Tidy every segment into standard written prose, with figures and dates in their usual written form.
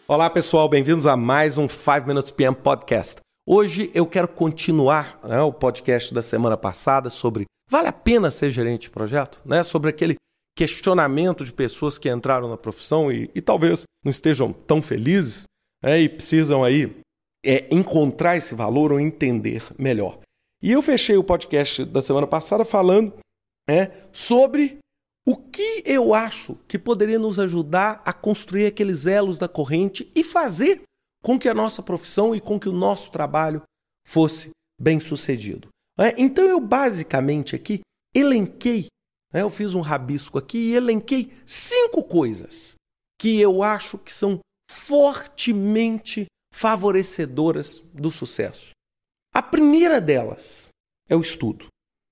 Olá pessoal, bem-vindos a mais um 5 Minutes PM Podcast. Hoje eu quero continuar o podcast da semana passada sobre vale a pena ser gerente de projeto? Sobre aquele questionamento de pessoas que entraram na profissão e talvez não estejam tão felizes e precisam aí encontrar esse valor ou entender melhor. E eu fechei o podcast da semana passada falando sobre o que eu acho que poderia nos ajudar a construir aqueles elos da corrente e fazer com que a nossa profissão e com que o nosso trabalho fosse bem sucedido. Então eu basicamente aqui elenquei, eu fiz um rabisco aqui e elenquei 5 coisas que eu acho que são fortemente favorecedoras do sucesso. A primeira delas é o estudo.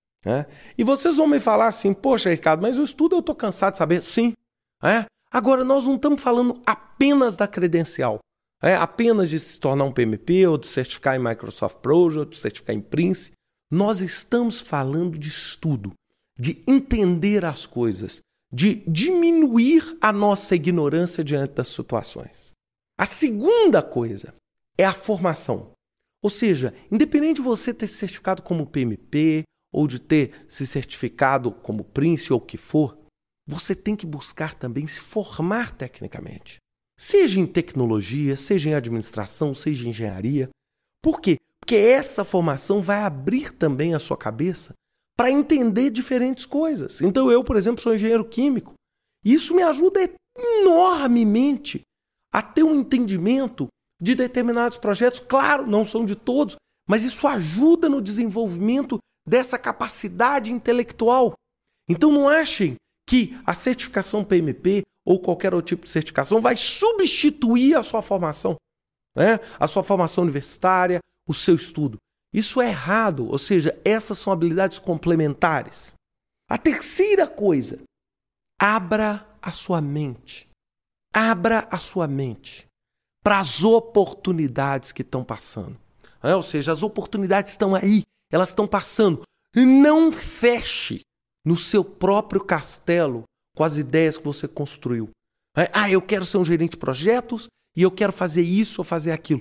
E vocês vão me falar assim, poxa Ricardo, mas o estudo eu estou cansado de saber. Sim. Agora nós não estamos falando apenas da credencial, apenas de se tornar um PMP ou de certificar em Microsoft Project, ou de certificar em Prince. Nós estamos falando de estudo, de entender as coisas, de diminuir a nossa ignorância diante das situações. A segunda coisa é a formação. Ou seja, independente de você ter se certificado como PMP ou de ter se certificado como Prince ou o que for, você tem que buscar também se formar tecnicamente. Seja em tecnologia, seja em administração, seja em engenharia. Por quê? Porque essa formação vai abrir também a sua cabeça para entender diferentes coisas. Então eu, por exemplo, sou engenheiro químico. Isso me ajuda enormemente a ter um entendimento de determinados projetos. Claro, não são de todos, mas isso ajuda no desenvolvimento dessa capacidade intelectual. Então não achem que a certificação PMP ou qualquer outro tipo de certificação vai substituir a sua formação, a sua formação universitária, o seu estudo. Isso é errado, ou seja, essas são habilidades complementares. A terceira coisa, abra a sua mente. Abra a sua mente para as oportunidades que estão passando. Ou seja, as oportunidades estão aí, elas estão passando. Não feche no seu próprio castelo com as ideias que você construiu. Eu quero ser um gerente de projetos e eu quero fazer isso ou fazer aquilo.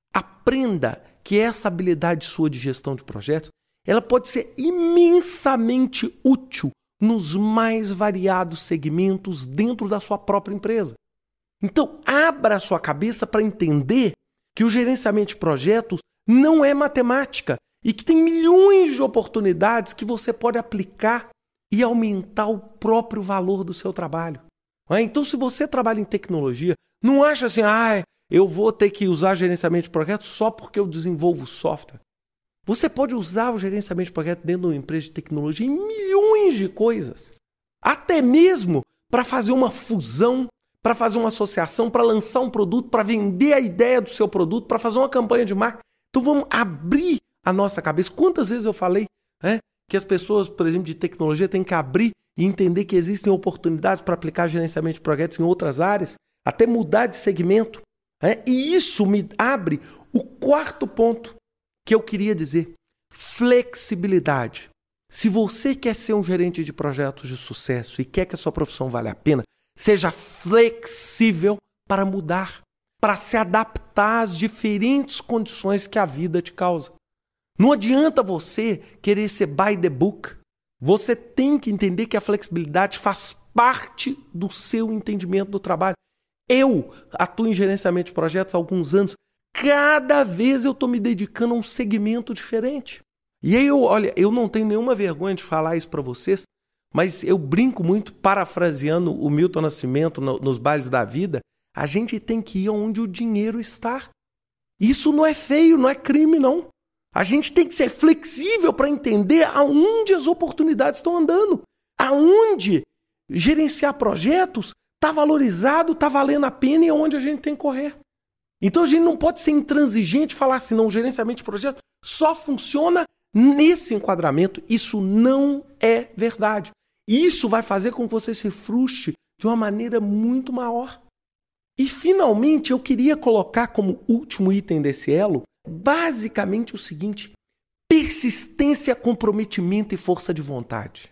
Aprenda que essa habilidade sua de gestão de projetos, ela pode ser imensamente útil nos mais variados segmentos dentro da sua própria empresa. Então, abra a sua cabeça para entender que o gerenciamento de projetos não é matemática e que tem milhões de oportunidades que você pode aplicar e aumentar o próprio valor do seu trabalho. Então, se você trabalha em tecnologia, não acha assim, eu vou ter que usar gerenciamento de projetos só porque eu desenvolvo software. Você pode usar o gerenciamento de projetos dentro de uma empresa de tecnologia em milhões de coisas. Até mesmo para fazer uma fusão, para fazer uma associação, para lançar um produto, para vender a ideia do seu produto, para fazer uma campanha de marketing. Então vamos abrir a nossa cabeça. Quantas vezes eu falei que as pessoas, por exemplo, de tecnologia têm que abrir e entender que existem oportunidades para aplicar gerenciamento de projetos em outras áreas, até mudar de segmento. E isso me abre o quarto ponto que eu queria dizer. Flexibilidade. Se você quer ser um gerente de projetos de sucesso e quer que a sua profissão valha a pena, seja flexível para mudar, para se adaptar às diferentes condições que a vida te causa. Não adianta você querer ser by the book. Você tem que entender que a flexibilidade faz parte do seu entendimento do trabalho. Eu atuo em gerenciamento de projetos há alguns anos. Cada vez eu estou me dedicando a um segmento diferente. E aí, eu não tenho nenhuma vergonha de falar isso para vocês, mas eu brinco muito, parafraseando o Milton Nascimento nos bailes da vida, a gente tem que ir onde o dinheiro está. Isso não é feio, não é crime, não. A gente tem que ser flexível para entender aonde as oportunidades estão andando, aonde gerenciar projetos está valorizado, está valendo a pena e é onde a gente tem que correr. Então a gente não pode ser intransigente e falar assim, não, o gerenciamento de projetos só funciona nesse enquadramento. Isso não é verdade. Isso vai fazer com que você se frustre de uma maneira muito maior. E finalmente eu queria colocar como último item desse elo basicamente o seguinte: persistência, comprometimento e força de vontade.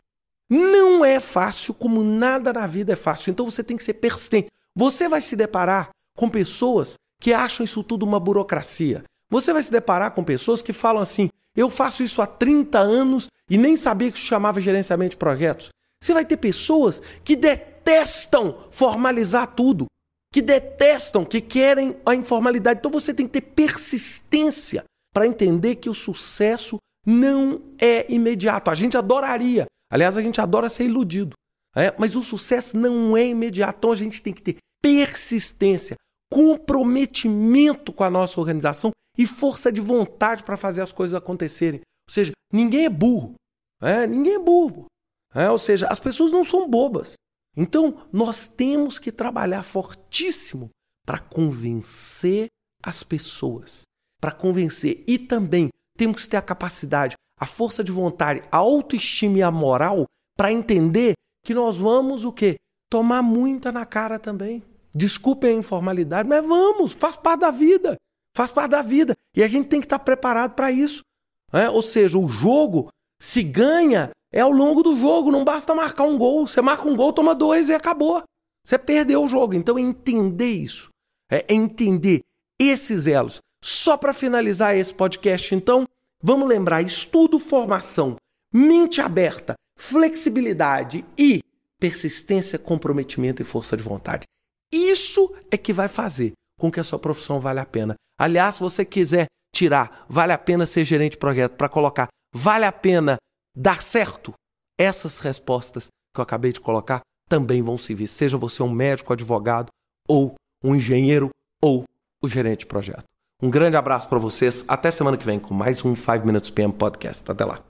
Não é fácil, como nada na vida é fácil. Então você tem que ser persistente. Você vai se deparar com pessoas que acham isso tudo uma burocracia. Você vai se deparar com pessoas que falam assim, eu faço isso há 30 anos e nem sabia que isso chamava gerenciamento de projetos. Você vai ter pessoas que detestam formalizar tudo, que detestam, que querem a informalidade. Então você tem que ter persistência para entender que o sucesso não é imediato. A gente adoraria, aliás, a gente adora ser iludido, mas o sucesso não é imediato. Então a gente tem que ter persistência, comprometimento com a nossa organização e força de vontade para fazer as coisas acontecerem. Ou seja, ninguém é burro. Ninguém é burro. Ou seja, as pessoas não são bobas. Então, nós temos que trabalhar fortíssimo para convencer as pessoas. Para convencer. E também temos que ter a capacidade, a força de vontade, a autoestima e a moral para entender que nós vamos o quê? Tomar muita na cara também. Desculpem a informalidade, mas vamos, faz parte da vida. Faz parte da vida. E a gente tem que estar preparado para isso. Ou seja, o jogo se ganha ao longo do jogo. Não basta marcar um gol. Você marca um gol, toma 2 e acabou. Você perdeu o jogo. Então é entender isso. É entender esses elos. Só para finalizar esse podcast, então, vamos lembrar: estudo, formação, mente aberta, flexibilidade e persistência, comprometimento e força de vontade. Isso é que vai fazer com que a sua profissão valha a pena. Aliás, se você quiser tirar vale a pena ser gerente de projeto para colocar vale a pena dar certo, essas respostas que eu acabei de colocar também vão servir. Seja você um médico, advogado, ou um engenheiro, ou o gerente de projeto. Um grande abraço para vocês. Até semana que vem com mais um 5 Minutes PM Podcast. Até lá.